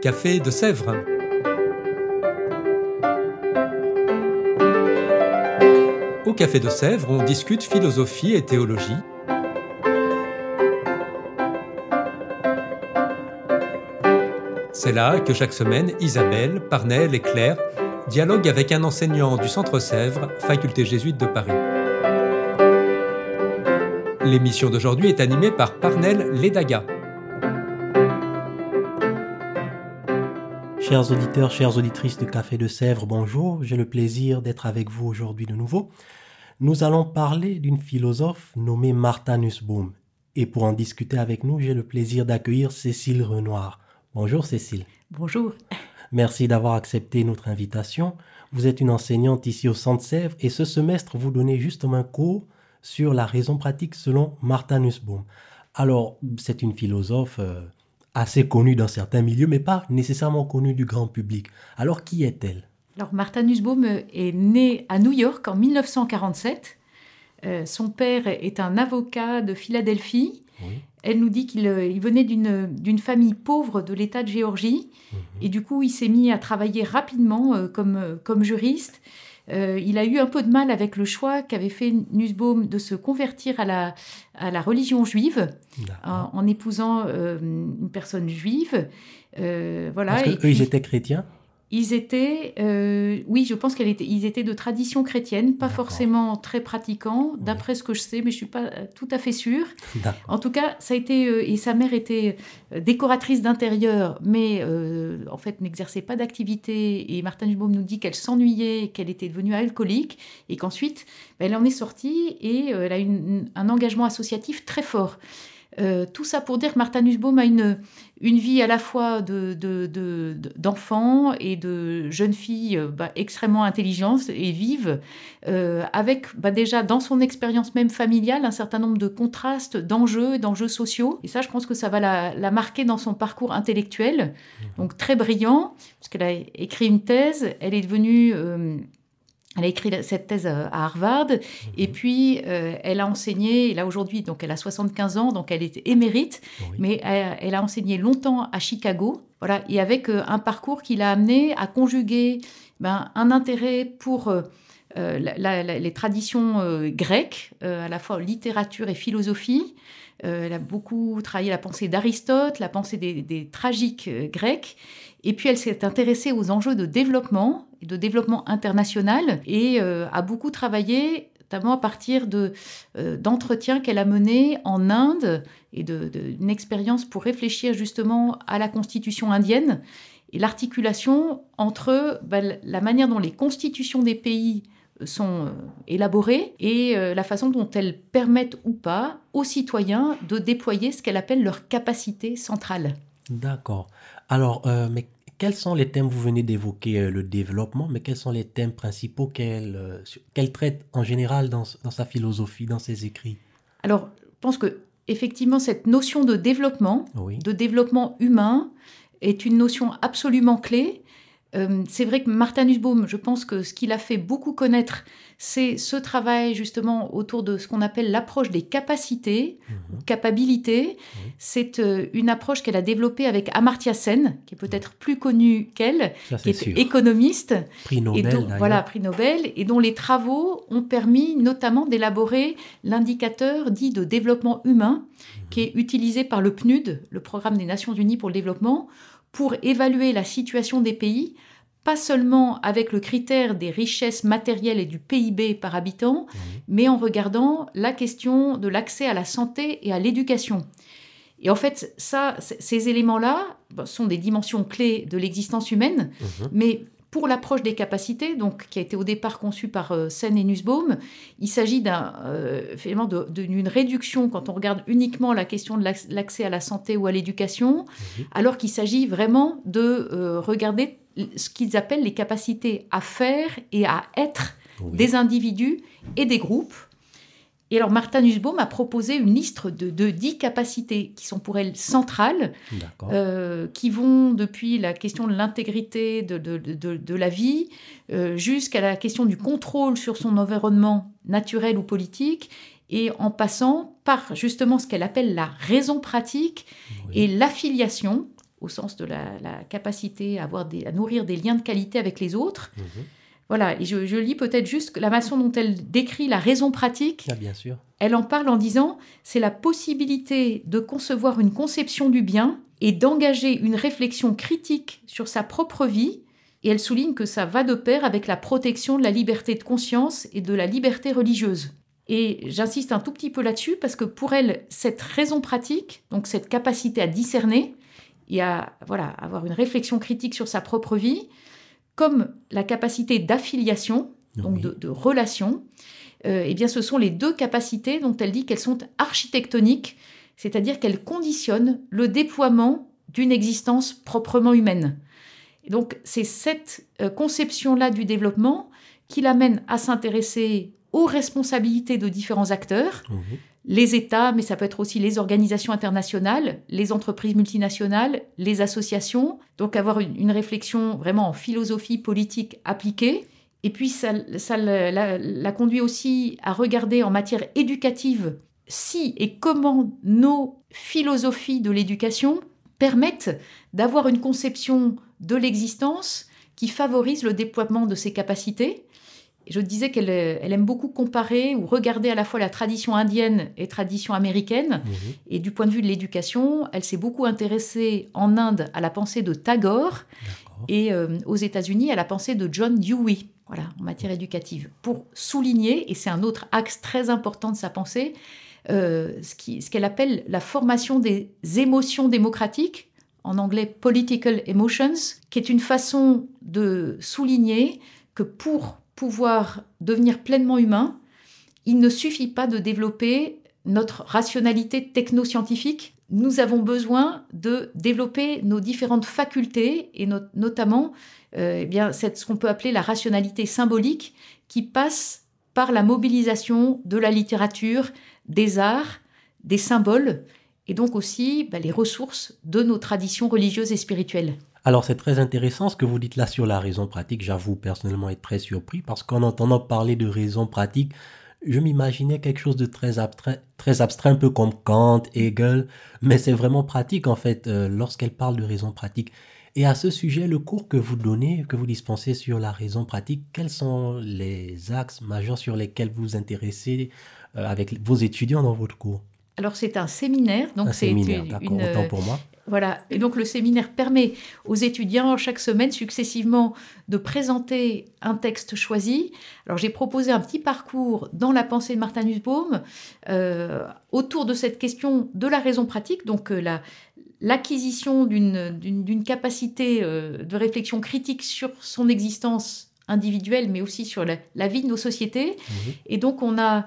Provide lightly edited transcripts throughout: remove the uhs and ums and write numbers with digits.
Café de Sèvres. Au Café de Sèvres, on discute philosophie et théologie. C'est là que chaque semaine, Isabelle, Parnell et Claire dialoguent avec un enseignant du Centre Sèvres, faculté jésuite de Paris. L'émission d'aujourd'hui est animée par Parnell Ledaga. Chers auditeurs, chères auditrices de Café de Sèvres, bonjour. J'ai le plaisir d'être avec vous aujourd'hui de nouveau. Nous allons parler d'une philosophe nommée Martha Nussbaum. Et pour en discuter avec nous, j'ai le plaisir d'accueillir Cécile Renoir. Bonjour Cécile. Bonjour. Merci d'avoir accepté notre invitation. Vous êtes une enseignante ici au Centre Sèvres et ce semestre, vous donnez justement un cours sur la raison pratique selon Martha Nussbaum. Alors, c'est une philosophe assez connue dans certains milieux, mais pas nécessairement connue du grand public. Alors, qui est-elle ? Alors, Martha Nussbaum est née à New York en 1947. Son père est un avocat de Philadelphie. Oui. Elle nous dit qu'il venait d'une famille pauvre de l'État de Géorgie. Et du coup, il s'est mis à travailler rapidement comme juriste. Il a eu un peu de mal avec le choix qu'avait fait Nussbaum de se convertir à la religion juive en épousant une personne juive. Voilà. Parce qu'eux, ils étaient chrétiens ? Ils étaient, oui, je pense ils étaient de tradition chrétienne, pas forcément très pratiquants, d'après ce que je sais, mais je ne suis pas tout à fait sûre. En tout cas, ça a été, et sa mère était décoratrice d'intérieur, mais en fait n'exerçait pas d'activité. Et Martha Nussbaum nous dit qu'elle s'ennuyait, qu'elle était devenue alcoolique, et qu'ensuite, elle en est sortie et elle a un engagement associatif très fort. Tout ça pour dire que Martha Nussbaum a une vie à la fois d'enfants et de jeunes filles extrêmement intelligentes et vives, avec déjà dans son expérience même familiale un certain nombre de contrastes, d'enjeux sociaux. Et ça, je pense que ça va la marquer dans son parcours intellectuel. Donc très brillant, parce qu'elle a écrit une thèse, elle est devenue... Elle a écrit cette thèse à Harvard, et puis elle a enseigné, et là aujourd'hui, donc elle a 75 ans, donc elle est émérite, mais elle a enseigné longtemps à Chicago, voilà, et avec un parcours qui l'a amené à conjuguer un intérêt pour les traditions grecques, à la fois littérature et philosophie. Elle a beaucoup travaillé la pensée d'Aristote, la pensée des tragiques grecs, et puis elle s'est intéressée aux enjeux de développement international, et a beaucoup travaillé, notamment à partir d'entretiens qu'elle a menés en Inde, et d'une expérience pour réfléchir justement à la constitution indienne, et l'articulation entre la manière dont les constitutions des pays sont élaborées et la façon dont elles permettent ou pas aux citoyens de déployer ce qu'elle appelle leur capacité centrale. D'accord. Alors, mais quels sont les thèmes, vous venez d'évoquer le développement, mais quels sont les thèmes principaux qu'elle traite en général dans sa philosophie, dans ses écrits ? Alors, je pense que effectivement, cette notion de développement humain, est une notion absolument clé. C'est vrai que Martha Nussbaum, je pense que ce qui l'a fait beaucoup connaître, c'est ce travail justement autour de ce qu'on appelle l'approche des capacités, ou capabilités. C'est une approche qu'elle a développée avec Amartya Sen, qui est peut-être plus connu qu'elle, qui est économiste. Prix Nobel, voilà, prix Nobel, et dont les travaux ont permis notamment d'élaborer l'indicateur dit de développement humain, qui est utilisé par le PNUD, le Programme des Nations Unies pour le développement, pour évaluer la situation des pays, pas seulement avec le critère des richesses matérielles et du PIB par habitant, mais en regardant la question de l'accès à la santé et à l'éducation. Et en fait, ces éléments-là sont des dimensions clés de l'existence humaine, mais pour l'approche des capacités, donc, qui a été au départ conçue par Sen et Nussbaum, il s'agit d'une réduction quand on regarde uniquement la question de l'accès à la santé ou à l'éducation, alors qu'il s'agit vraiment de regarder ce qu'ils appellent les capacités à faire et à être des individus et des groupes. Et alors, Martha Nussbaum a proposé une liste de 10 capacités qui sont pour elle centrales, qui vont depuis la question de l'intégrité de la vie jusqu'à la question du contrôle sur son environnement naturel ou politique, et en passant par justement ce qu'elle appelle la raison pratique et l'affiliation au sens de la capacité à nourrir des liens de qualité avec les autres. Voilà, et je lis peut-être juste la façon dont elle décrit la raison pratique. Ah, bien sûr. Elle en parle en disant « c'est la possibilité de concevoir une conception du bien et d'engager une réflexion critique sur sa propre vie ». Et elle souligne que ça va de pair avec la protection de la liberté de conscience et de la liberté religieuse. Et j'insiste un tout petit peu là-dessus parce que pour elle, cette raison pratique, donc cette capacité à discerner et à avoir une réflexion critique sur sa propre vie, comme la capacité d'affiliation, donc de relation, eh bien ce sont les deux capacités dont elle dit qu'elles sont architectoniques, c'est-à-dire qu'elles conditionnent le déploiement d'une existence proprement humaine. Et donc c'est cette conception-là du développement qui l'amène à s'intéresser aux responsabilités de différents acteurs, les États, mais ça peut être aussi les organisations internationales, les entreprises multinationales, les associations. Donc avoir une réflexion vraiment en philosophie politique appliquée. Et puis ça la conduit aussi à regarder en matière éducative si et comment nos philosophies de l'éducation permettent d'avoir une conception de l'existence qui favorise le déploiement de ces capacités. Je disais qu'elle aime beaucoup comparer ou regarder à la fois la tradition indienne et la tradition américaine. Et du point de vue de l'éducation, elle s'est beaucoup intéressée en Inde à la pensée de Tagore et aux États-Unis à la pensée de John Dewey, en matière éducative. Pour souligner, et c'est un autre axe très important de sa pensée, ce qu'elle appelle la formation des émotions démocratiques, en anglais « political emotions », qui est une façon de souligner que pour pouvoir devenir pleinement humain, il ne suffit pas de développer notre rationalité technoscientifique. Nous avons besoin de développer nos différentes facultés et notamment ce qu'on peut appeler la rationalité symbolique qui passe par la mobilisation de la littérature, des arts, des symboles et donc aussi les ressources de nos traditions religieuses et spirituelles. Alors, c'est très intéressant ce que vous dites là sur la raison pratique. J'avoue personnellement être très surpris parce qu'en entendant parler de raison pratique, je m'imaginais quelque chose de très abstrait, un peu comme Kant, Hegel, mais c'est vraiment pratique en fait lorsqu'elle parle de raison pratique. Et à ce sujet, le cours que vous donnez, que vous dispensez sur la raison pratique, quels sont les axes majeurs sur lesquels vous vous intéressez avec vos étudiants dans votre cours? Alors, c'est un séminaire. Donc d'accord, autant pour moi. Voilà, et donc le séminaire permet aux étudiants chaque semaine successivement de présenter un texte choisi. Alors j'ai proposé un petit parcours dans la pensée de Martha Nussbaum autour de cette question de la raison pratique, donc l'acquisition d'une capacité de réflexion critique sur son existence individuelle, mais aussi sur la vie de nos sociétés. Et donc,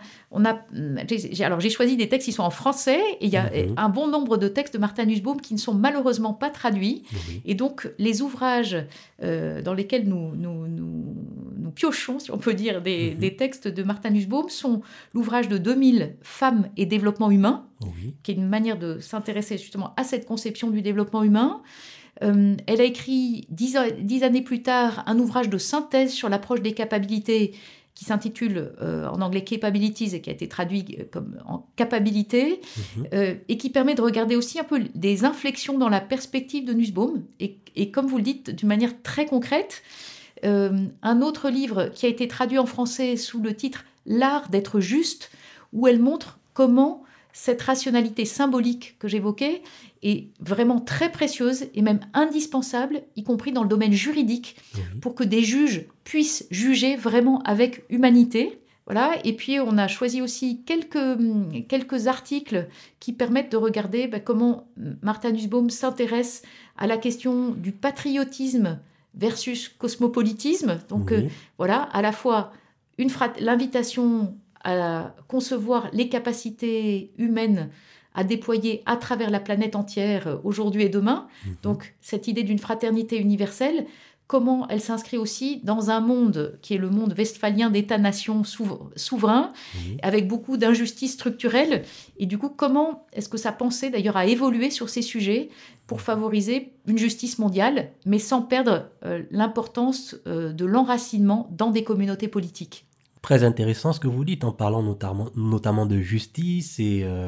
j'ai choisi des textes qui sont en français, et il y a un bon nombre de textes de Martha Nussbaum qui ne sont malheureusement pas traduits. Et donc, les ouvrages dans lesquels nous piochons, si on peut dire, des textes de Martha Nussbaum sont l'ouvrage de 2000, Femmes et développement humain, qui est une manière de s'intéresser justement à cette conception du développement humain. Elle a écrit 10 années plus tard un ouvrage de synthèse sur l'approche des capacités qui s'intitule en anglais Capabilities et qui a été traduit comme en capacité et qui permet de regarder aussi un peu des inflexions dans la perspective de Nussbaum et comme vous le dites, d'une manière très concrète. Un autre livre qui a été traduit en français sous le titre « L'art d'être juste » où elle montre comment cette rationalité symbolique que j'évoquais est vraiment très précieuse et même indispensable, y compris dans le domaine juridique, pour que des juges puissent juger vraiment avec humanité. Voilà. Et puis, on a choisi aussi quelques articles qui permettent de regarder comment Martha Nussbaum s'intéresse à la question du patriotisme versus cosmopolitisme. Donc, à la fois l'invitation à concevoir les capacités humaines à déployer à travers la planète entière aujourd'hui et demain. Donc, cette idée d'une fraternité universelle, comment elle s'inscrit aussi dans un monde qui est le monde westphalien d'États-nations souverains, avec beaucoup d'injustices structurelles. Et du coup, comment est-ce que sa pensée, d'ailleurs, a évolué sur ces sujets pour favoriser une justice mondiale, mais sans perdre l'importance de l'enracinement dans des communautés politiques. Très intéressant ce que vous dites en parlant notamment de justice et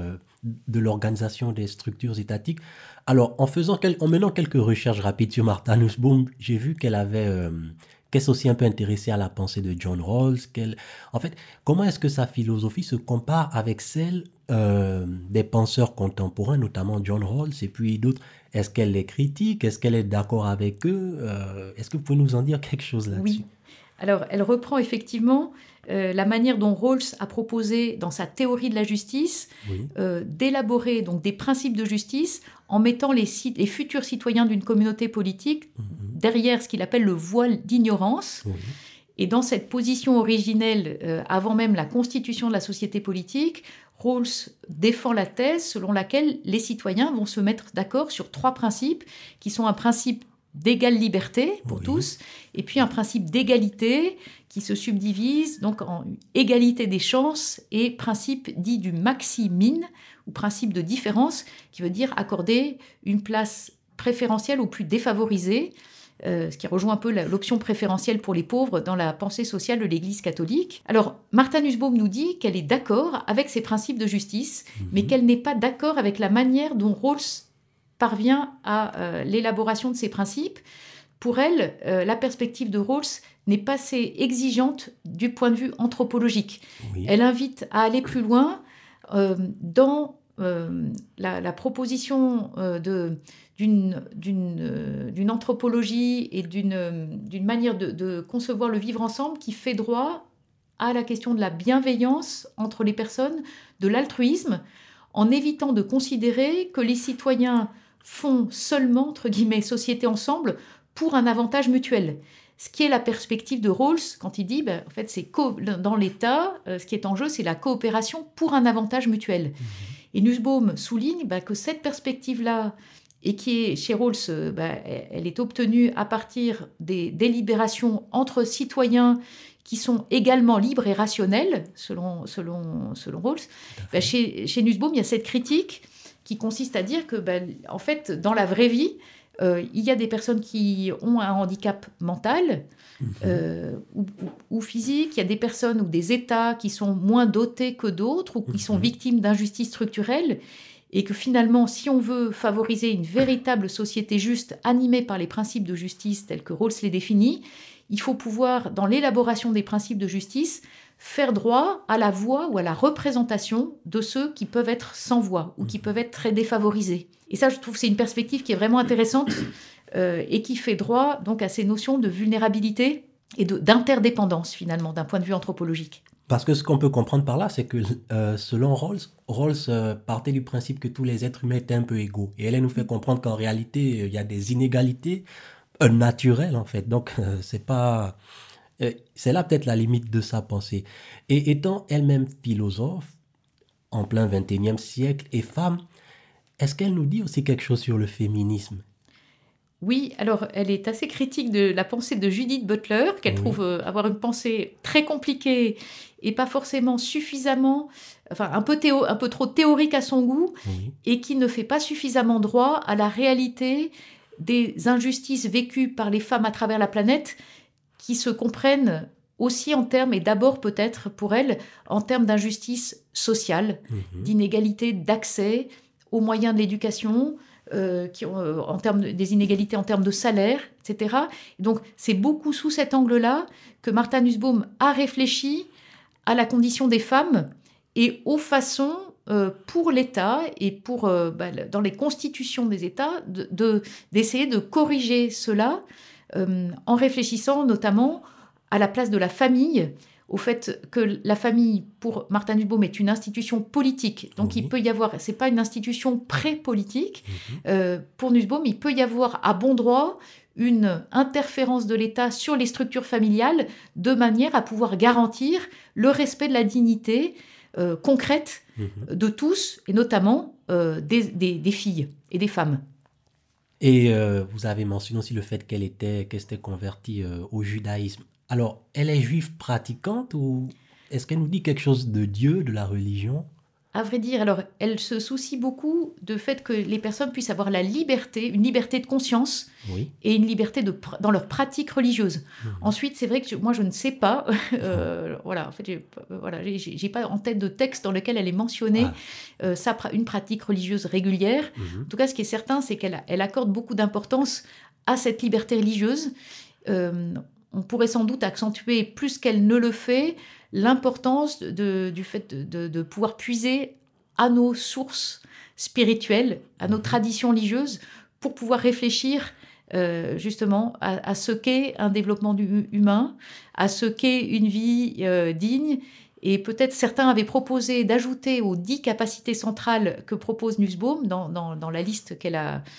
de l'organisation des structures étatiques. Alors, en menant quelques recherches rapides sur Martha Nussbaum, j'ai vu qu'elle s'est aussi un peu intéressée à la pensée de John Rawls. En fait, comment est-ce que sa philosophie se compare avec celle des penseurs contemporains, notamment John Rawls et puis d'autres? Est-ce qu'elle les critique? Est-ce qu'elle est d'accord avec eux? Est-ce que vous pouvez nous en dire quelque chose là-dessus? Oui. Alors, elle reprend effectivement la manière dont Rawls a proposé, dans sa théorie de la justice, Oui. d'élaborer donc des principes de justice en mettant les futurs citoyens d'une communauté politique derrière ce qu'il appelle le voile d'ignorance. Oui. Et dans cette position originelle, avant même la constitution de la société politique, Rawls défend la thèse selon laquelle les citoyens vont se mettre d'accord sur 3 principes qui sont un principe d'égale liberté pour tous, et puis un principe d'égalité qui se subdivise donc en égalité des chances et principe dit du maxi-min, ou principe de différence, qui veut dire accorder une place préférentielle aux plus défavorisés, ce qui rejoint un peu l'option préférentielle pour les pauvres dans la pensée sociale de l'Église catholique. Alors, Martha Nussbaum nous dit qu'elle est d'accord avec ces principes de justice, mais qu'elle n'est pas d'accord avec la manière dont Rawls parvient à l'élaboration de ces principes. Pour elle, la perspective de Rawls n'est pas assez exigeante du point de vue anthropologique. Oui. Elle invite à aller plus loin dans la proposition d'une anthropologie et d'une manière de concevoir le vivre ensemble qui fait droit à la question de la bienveillance entre les personnes, de l'altruisme, en évitant de considérer que les citoyens font seulement, entre guillemets, société ensemble pour un avantage mutuel. Ce qui est la perspective de Rawls quand il dit, en fait, c'est dans l'État, ce qui est en jeu, c'est la coopération pour un avantage mutuel. Et Nussbaum souligne que cette perspective-là, et qui est chez Rawls, elle est obtenue à partir des délibérations entre citoyens qui sont également libres et rationnels, selon Rawls. Chez Nussbaum, il y a cette critique qui consiste à dire que, en fait, dans la vraie vie, il y a des personnes qui ont un handicap mental ou physique, il y a des personnes ou des États qui sont moins dotés que d'autres ou qui sont victimes d'injustices structurelles, et que finalement, si on veut favoriser une véritable société juste animée par les principes de justice tels que Rawls les définit, il faut pouvoir, dans l'élaboration des principes de justice, faire droit à la voix ou à la représentation de ceux qui peuvent être sans voix ou qui peuvent être très défavorisés. Et ça, je trouve que c'est une perspective qui est vraiment intéressante et qui fait droit donc à ces notions de vulnérabilité et d'interdépendance, finalement, d'un point de vue anthropologique. Parce que ce qu'on peut comprendre par là, c'est que selon Rawls partait du principe que tous les êtres humains étaient un peu égaux. Et elle nous fait comprendre qu'en réalité, il y a des inégalités naturelles, en fait. Donc, c'est là peut-être la limite de sa pensée. Et étant elle-même philosophe, en plein XXIe siècle, et femme, est-ce qu'elle nous dit aussi quelque chose sur le féminisme? Oui, alors elle est assez critique de la pensée de Judith Butler, qu'elle trouve avoir une pensée très compliquée et pas forcément suffisamment, enfin un peu trop théorique à son goût, et qui ne fait pas suffisamment droit à la réalité des injustices vécues par les femmes à travers la planète, qui se comprennent aussi en termes, et d'abord peut-être pour elle, en termes d'injustice sociale, d'inégalité d'accès aux moyens de l'éducation, en termes des inégalités en termes de salaire, etc. Donc, c'est beaucoup sous cet angle-là que Martha Nussbaum a réfléchi à la condition des femmes et aux façons pour l'État et dans les constitutions des États d'essayer de corriger cela en réfléchissant notamment à la place de la famille, au fait que la famille, pour Martha Nussbaum, est une institution politique. Donc, il peut y avoir... C'est pas une institution pré-politique. Pour Nussbaum, il peut y avoir à bon droit une interférence de l'État sur les structures familiales de manière à pouvoir garantir le respect de la dignité concrète de tous, et notamment des filles et des femmes. Et vous avez mentionné aussi le fait qu'elle s'était convertie au judaïsme. Alors, elle est juive pratiquante ou est-ce qu'elle nous dit quelque chose de Dieu, de la religion? À vrai dire, alors, elle se soucie beaucoup du fait que les personnes puissent avoir la liberté, une liberté de conscience Oui. et une liberté dans leur pratique religieuse. Ensuite, c'est vrai que moi, je ne sais pas. Voilà, en fait, j'ai pas en tête de texte dans lequel elle est mentionnée une pratique religieuse régulière. En tout cas, ce qui est certain, c'est qu'elle accorde beaucoup d'importance à cette liberté religieuse. On pourrait sans doute accentuer plus qu'elle ne le fait l'importance du fait de pouvoir puiser à nos sources spirituelles, à nos traditions religieuses, pour pouvoir réfléchir justement à ce qu'est un développement humain, à ce qu'est une vie digne. Et peut-être certains avaient proposé d'ajouter aux 10 capacités centrales que propose Nussbaum dans la liste qu'elle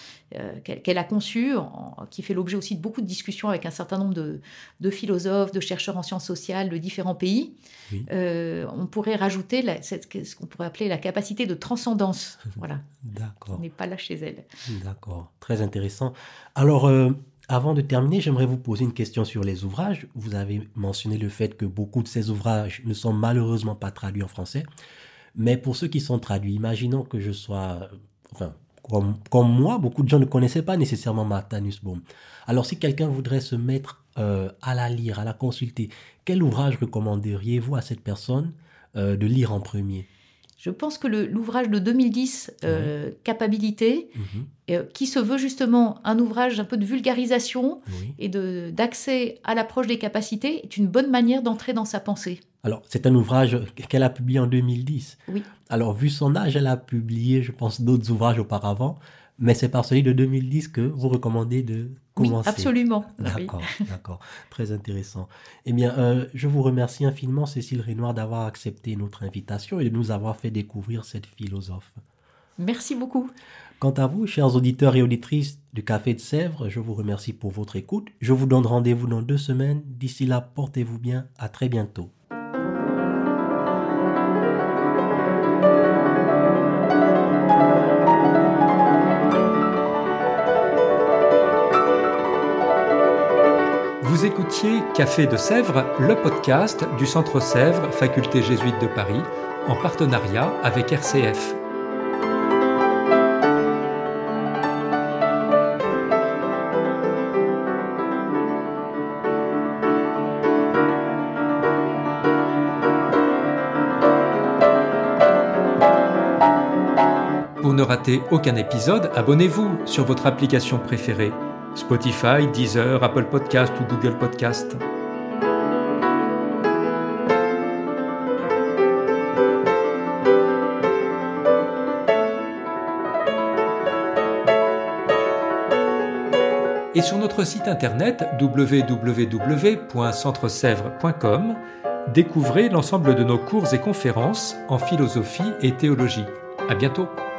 a conçue, qui fait l'objet aussi de beaucoup de discussions avec un certain nombre de philosophes, de chercheurs en sciences sociales de différents pays. Oui. On pourrait rajouter ce qu'on pourrait appeler la capacité de transcendance. Voilà. D'accord. Qui n'est pas là chez elle. D'accord. Très intéressant. Alors, avant de terminer, j'aimerais vous poser une question sur les ouvrages. Vous avez mentionné le fait que beaucoup de ces ouvrages ne sont malheureusement pas traduits en français. Mais pour ceux qui sont traduits, imaginons que je sois... Comme moi, beaucoup de gens ne connaissaient pas nécessairement Martha Nussbaum. Alors, si quelqu'un voudrait se mettre à la lire, à la consulter, quel ouvrage recommanderiez-vous à cette personne de lire en premier ? Je pense que l'ouvrage de 2010, Capabilité, qui se veut justement un ouvrage un peu de vulgarisation et d'accès à l'approche des capacités, est une bonne manière d'entrer dans sa pensée. Alors, c'est un ouvrage qu'elle a publié en 2010. Oui. Alors, vu son âge, elle a publié, je pense, d'autres ouvrages auparavant, mais c'est par celui de 2010 que vous recommandez de commencer. Oui, absolument. D'accord, d'accord. Très intéressant. Eh bien, je vous remercie infiniment, Cécile Renoir, d'avoir accepté notre invitation et de nous avoir fait découvrir cette philosophe. Merci beaucoup. Quant à vous, chers auditeurs et auditrices du Café de Sèvres, je vous remercie pour votre écoute. Je vous donne rendez-vous dans 2 semaines. D'ici là, portez-vous bien. À très bientôt. Vous écoutiez Café de Sèvres, le podcast du Centre Sèvres, Faculté jésuite de Paris, en partenariat avec RCF. Pour ne rater aucun épisode, abonnez-vous sur votre application préférée. Spotify, Deezer, Apple Podcast ou Google Podcast. Et sur notre site internet www.centresèvres.com, découvrez l'ensemble de nos cours et conférences en philosophie et théologie. À bientôt.